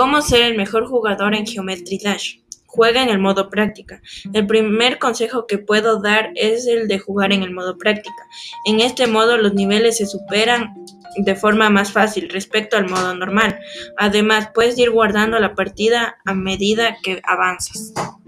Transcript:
¿Cómo ser el mejor jugador en Geometry Dash? Juega en el modo práctica. El primer consejo que puedo dar es el de jugar en el modo práctica. En este modo los niveles se superan de forma más fácil respecto al modo normal. Además, puedes ir guardando la partida a medida que avanzas.